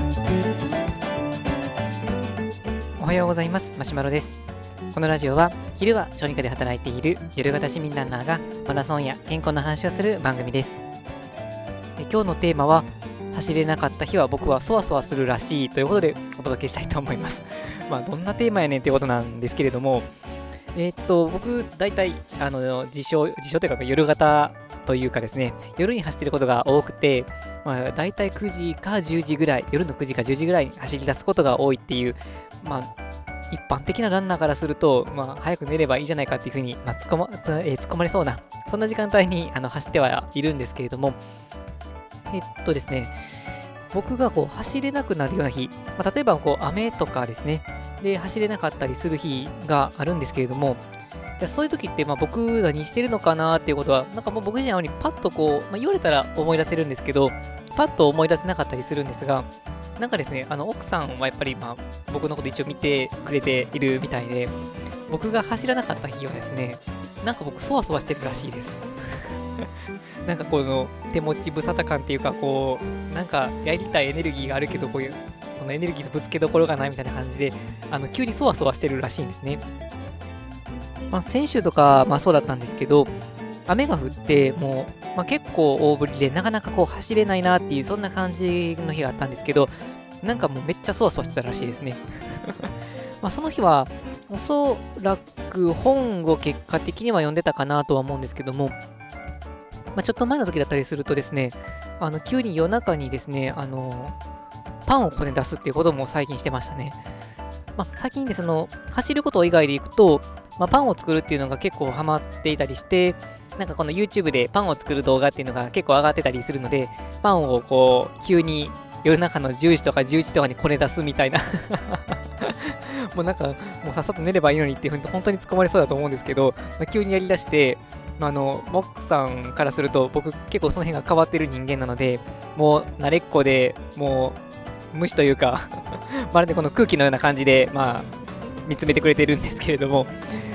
おはようございます。マシュマロです。このラジオは昼は小児科で働いている夜型市民ランナーがマラソンや健康の話をする番組です。今日のテーマは走れなかった日は僕はそわそわするらしいということでお届けしたいと思います。どんなテーマやねんということなんですけれども、僕大体自称というか夜型というかですね、夜に走っていることが多くて、大体9時か10時ぐらい、夜の9時か10時ぐらいに走り出すことが多いっていう、一般的なランナーからすると、早く寝ればいいじゃないかっていうふうに、突っ込まれそうな、そんな時間帯に走ってはいるんですけれども、ですね、僕が走れなくなるような日、例えば雨とかですね、で走れなかったりする日があるんですけれども、そういう時って僕何してるのかなっていうことは、なんかもう僕自身はパッと言われたら思い出せるんですけど、パッと思い出せなかったりするんですが、なんかですね、奥さんはやっぱり僕のこと一応見てくれているみたいで、僕が走らなかった日はですね、なんか僕そわそわしてるらしいです。なんか手持ち無沙汰感っていうか、なんかやりたいエネルギーがあるけど、そのエネルギーのぶつけどころがないみたいな感じで、急にそわそわしてるらしいんですね。先週とか、そうだったんですけど、雨が降って、もう、結構大降りで、なかなか走れないなっていう、そんな感じの日があったんですけど、なんかもうめっちゃそわそわしてたらしいですね。その日は、おそらく本を結果的には読んでたかなとは思うんですけども、ちょっと前の時だったりするとですね、急に夜中にですね、パンをこね出すっていうことも最近してましたね。最近で走ること以外でいくと、パンを作るっていうのが結構ハマっていたりして、なんかこの YouTube でパンを作る動画っていうのが結構上がってたりするので、パンを急に夜中の10時とか11時とかにこね出すみたいなもうなんか、もうさっさと寝ればいいのにって本当に突っ込まれそうだと思うんですけど、急にやりだして、モックさんからすると僕結構その辺が変わってる人間なので、もう慣れっこで、もう無視というかまるでこの空気のような感じで、見つめてくれてるんですけれども、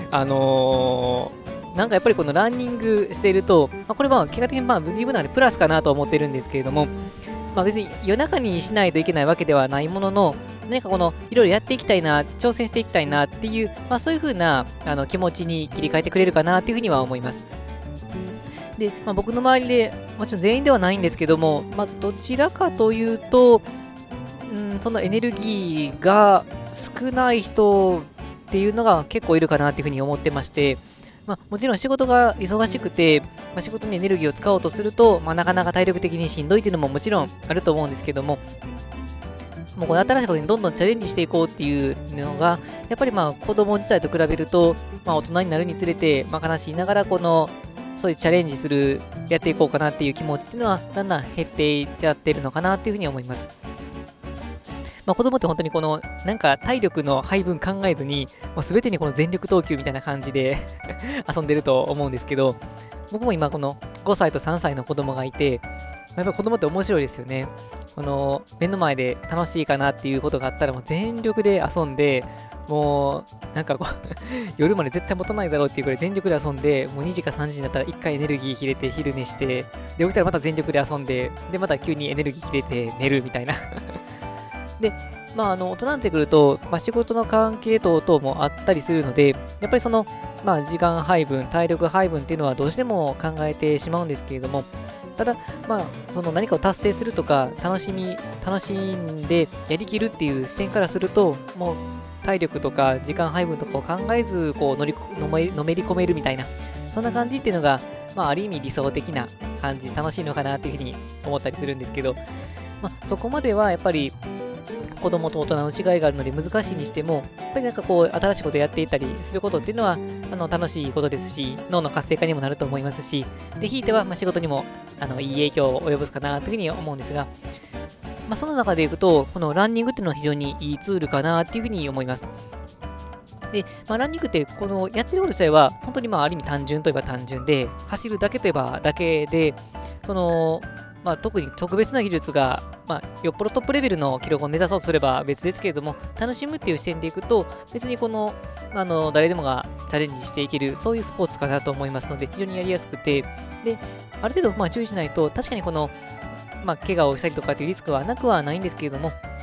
なんかやっぱりこのランニングしていると、これ結果的に自分の中でプラスかなと思ってるんですけれども、別に夜中にしないといけないわけではないものの、何かいろいろやっていきたいな、挑戦していきたいなっていう、そういう風な気持ちに切り替えてくれるかなっていうふうには思います。で、僕の周りで、もちろん全員ではないんですけども、どちらかというと、そのエネルギーが少ない人っていうのが結構いるかなっていうふうに思ってまして、もちろん仕事が忙しくて、仕事にエネルギーを使おうとすると、なかなか体力的にしんどいっていうのももちろんあると思うんですけども、もうこの新しいことにどんどんチャレンジしていこうっていうのが、やっぱり子供自体と比べると、大人になるにつれて、悲しいながらそういうチャレンジする、やっていこうかなっていう気持ちっていうのは、だんだん減っていっちゃってるのかなっていうふうに思います。子供って本当になんか体力の配分考えずに、もう全てに全力投球みたいな感じで遊んでると思うんですけど、僕も今5歳と3歳の子供がいて、やっぱり子供って面白いですよね。目の前で楽しいかなっていうことがあったらもう全力で遊んで、もうなんか夜まで絶対持たないだろうっていうくらい全力で遊んで、もう2時か3時になったら1回エネルギー切れて昼寝して、で起きたらまた全力で遊んで、でまた急にエネルギー切れて寝るみたいなで、大人になってくると、仕事の関係等々もあったりするので、やっぱり時間配分、体力配分っていうのはどうしても考えてしまうんですけれども、ただ、何かを達成するとか、楽しんでやりきるっていう視点からすると、もう体力とか時間配分とかを考えず、のめり込めるみたいな、そんな感じっていうのが、ある意味理想的な感じ、楽しいのかなっていうふうに思ったりするんですけど、そこまではやっぱり、子供と大人の違いがあるので難しいにしても、やっぱり新しいことをやっていたりすることっていうのは、楽しいことですし、脳の活性化にもなると思いますし、で、ひいては、仕事にも、いい影響を及ぼすかなというふうに思うんですが、その中でいくと、このランニングっていうのは非常にいいツールかなっていうふうに思います。で、ランニングって、やってること自体は、本当にある意味単純といえば単純で、走るだけといえばだけで、特に特別な技術が、よっぽどトップレベルの記録を目指そうとすれば別ですけれども、楽しむっていう視点でいくと、別に誰でもがチャレンジしていける、そういうスポーツかなと思いますので、非常にやりやすくて、で、ある程度、注意しないと、確かに怪我をしたりとかっていうリスクはなくはないんですけれども、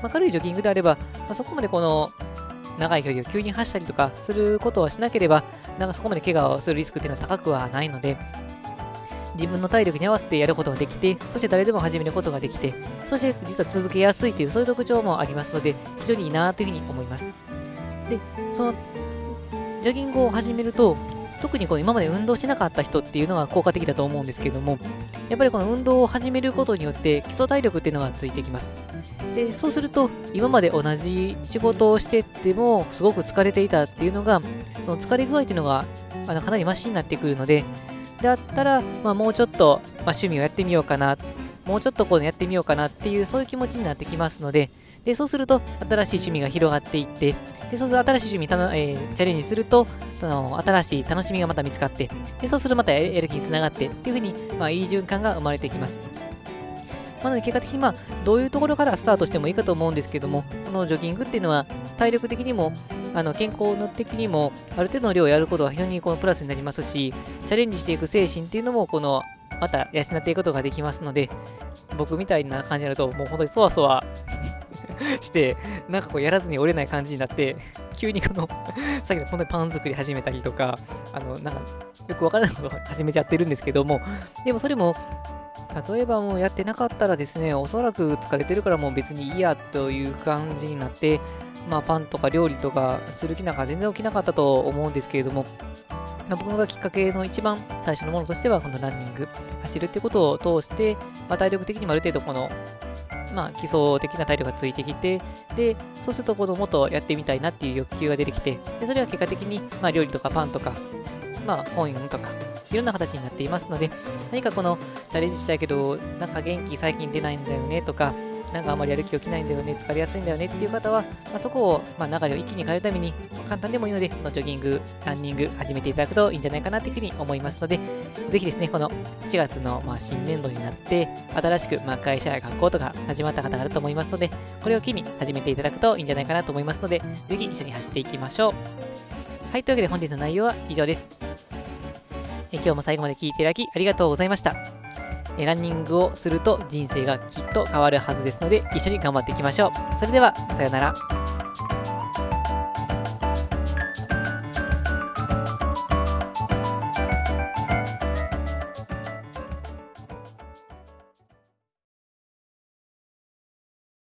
軽いジョギングであれば、そこまでこの長い距離を急に走ったりとかすることをしなければ、なんかそこまで怪我をするリスクっていうのは高くはないので、自分の体力に合わせてやることができて、そして誰でも始めることができて、そして実は続けやすいという、そういう特徴もありますので、非常にいいなというふうに思います。で、そのジョギングを始めると、特にこの今まで運動しなかった人っていうのが効果的だと思うんですけれども、やっぱりこの運動を始めることによって基礎体力っていうのがついてきます。で、そうすると、今まで同じ仕事をしてても、すごく疲れていたっていうのが、その疲れ具合っていうのがかなりマシになってくるので、だったら、もうちょっと、趣味をやってみようかな、もうちょっとこうやってみようかなっていう、そういう気持ちになってきますので、で、そうすると、新しい趣味が広がっていって、で、そうすると新しい趣味チャレンジすると、新しい楽しみがまた見つかって、で、そうするとまたやる気につながってっていう風に、いい循環が生まれてきます。なので、結果的にどういうところからスタートしてもいいかと思うんですけども、このジョギングっていうのは、体力的にも、健康の的にも、ある程度の量をやることは非常にこのプラスになりますし、チャレンジしていく精神っていうのも、また養っていくことができますので、僕みたいな感じになると、もう本当にそわそわして、なんかこうやらずに折れない感じになって、急にさっきの本当にパン作り始めたりとか、なんかよくわからないことを始めちゃってるんですけども、でもそれも、例えばもうやってなかったらですね、おそらく疲れてるからもう別にいいやという感じになって、パンとか料理とかする気なんか全然起きなかったと思うんですけれども、僕がきっかけの一番最初のものとしては、このランニング、走るってことを通して、体力的にもある程度基礎的な体力がついてきて、で、そうするともっとやってみたいなっていう欲求が出てきて、でそれが結果的に、料理とかパンとか、本読むとか、いろんな形になっていますので、何かチャレンジしたいけど、なんか元気最近出ないんだよねとか、なんかあまりやる気起きないんだよね、疲れやすいんだよねっていう方は、そこを、流れを一気に変えるために、簡単でもいいので、ジョギング、ランニング始めていただくといいんじゃないかなというふうに思いますので、ぜひですね、この4月の、新年度になって、新しく、会社や学校とか始まった方があると思いますので、これを機に始めていただくといいんじゃないかなと思いますので、ぜひ一緒に走っていきましょう。はい、というわけで本日の内容は以上です。今日も最後まで聞いていただきありがとうございました。ランニングをすると人生がきっと変わるはずですので、一緒に頑張っていきましょう。それでは、さようなら。